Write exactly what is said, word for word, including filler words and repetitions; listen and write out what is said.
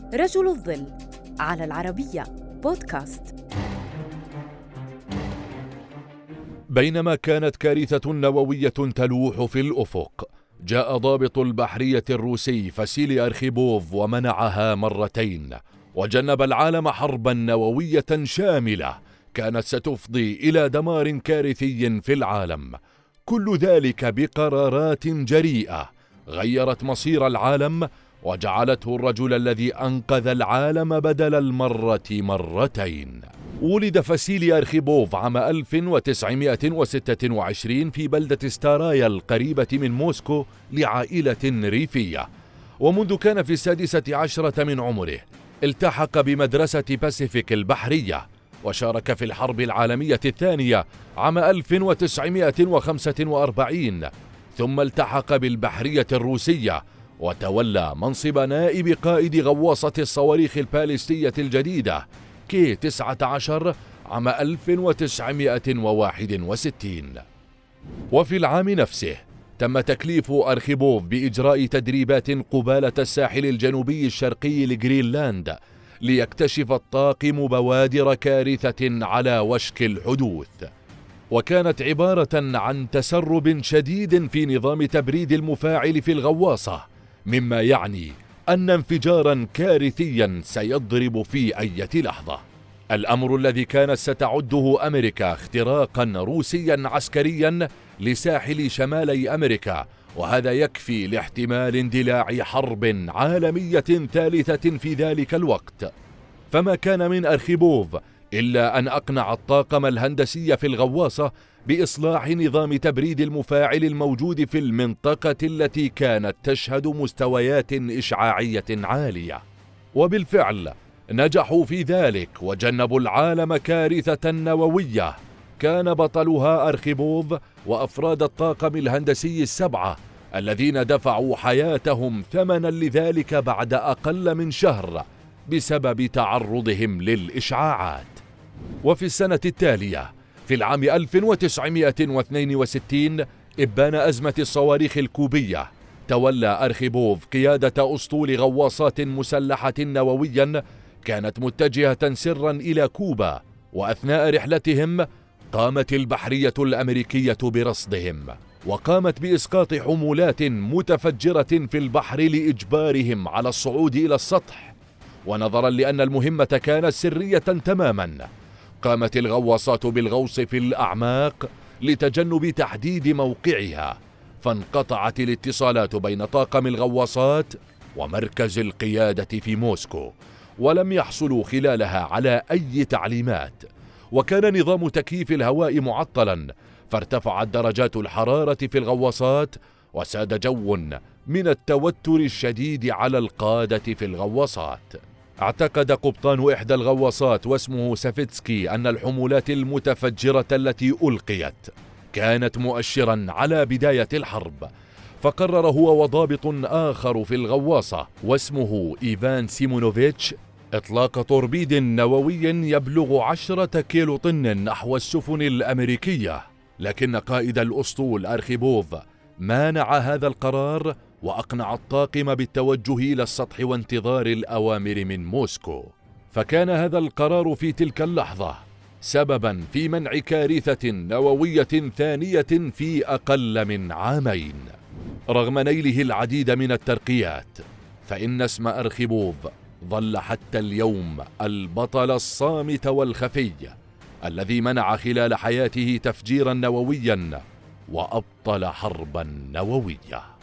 رجل الظل على العربية بودكاست. بينما كانت كارثة نووية تلوح في الأفق، جاء ضابط البحرية الروسي فاسيلي أرخيبوف ومنعها مرتين، وجنب العالم حربا نووية شاملة كانت ستفضي إلى دمار كارثي في العالم. كل ذلك بقرارات جريئة غيرت مصير العالم وجعلته الرجل الذي أنقذ العالم بدل المرة مرتين. ولد فاسيلي أرخيبوف عام ألف وتسعمائة وستة وعشرين في بلدة ستارايا القريبة من موسكو لعائلة ريفية، ومنذ كان في السادسة عشرة من عمره التحق بمدرسة باسيفيك البحرية، وشارك في الحرب العالمية الثانية عام ألف وتسعمائة وخمسة وأربعين، ثم التحق بالبحرية الروسية وتولى منصب نائب قائد غواصة الصواريخ الباليستية الجديدة كي تسعة عشر عام ألف وتسعمائة وواحد وستين. وفي العام نفسه تم تكليف أرخيبوف بإجراء تدريبات قبالة الساحل الجنوبي الشرقي لجرينلاند ليكتشف الطاقم بوادر كارثة على وشك الحدوث، وكانت عبارة عن تسرب شديد في نظام تبريد المفاعل في الغواصة، مما يعني أن انفجارا كارثيا سيضرب في أي لحظة. الأمر الذي كانت ستعده أمريكا اختراقا روسيا عسكريا لساحل شمالي أمريكا، وهذا يكفي لاحتمال اندلاع حرب عالمية ثالثة في ذلك الوقت. فما كان من أرخيبوف إلا أن أقنع الطاقم الهندسي في الغواصة بإصلاح نظام تبريد المفاعل الموجود في المنطقة التي كانت تشهد مستويات إشعاعية عالية، وبالفعل نجحوا في ذلك وجنبوا العالم كارثة نووية كان بطلها أرخيبوف وأفراد الطاقم الهندسي السبعة الذين دفعوا حياتهم ثمنا لذلك بعد أقل من شهر بسبب تعرضهم للإشعاعات. وفي السنة التالية في العام ألف وتسعمائة واثنين وستين إبان أزمة الصواريخ الكوبية، تولى أرخيبوف قيادة أسطول غواصات مسلحة نوويا كانت متجهة سرا إلى كوبا، وأثناء رحلتهم قامت البحرية الأمريكية برصدهم، وقامت بإسقاط حمولات متفجرة في البحر لإجبارهم على الصعود إلى السطح. ونظرا لأن المهمة كانت سرية تماما، قامت الغواصات بالغوص في الأعماق لتجنب تحديد موقعها، فانقطعت الاتصالات بين طاقم الغواصات ومركز القيادة في موسكو، ولم يحصلوا خلالها على أي تعليمات، وكان نظام تكييف الهواء معطلا، فارتفعت درجات الحرارة في الغواصات وساد جو من التوتر الشديد على القادة في الغواصات. اعتقد قبطان إحدى الغواصات واسمه سافيتسكي أن الحمولات المتفجرة التي ألقيت كانت مؤشرا على بداية الحرب، فقرر هو وضابط آخر في الغواصة واسمه إيفان سيمونوفيتش إطلاق توربيد نووي يبلغ عشرة كيلو طن نحو السفن الأمريكية، لكن قائد الأسطول أرخيبوف مانع هذا القرار وأقنع الطاقم بالتوجه إلى السطح وانتظار الأوامر من موسكو. فكان هذا القرار في تلك اللحظة سببا في منع كارثة نووية ثانية في أقل من عامين. رغم نيله العديد من الترقيات، فإن اسم أرخيبوف ظل حتى اليوم البطل الصامت والخفي الذي منع خلال حياته تفجيرا نوويا وأبطل حربا نووية.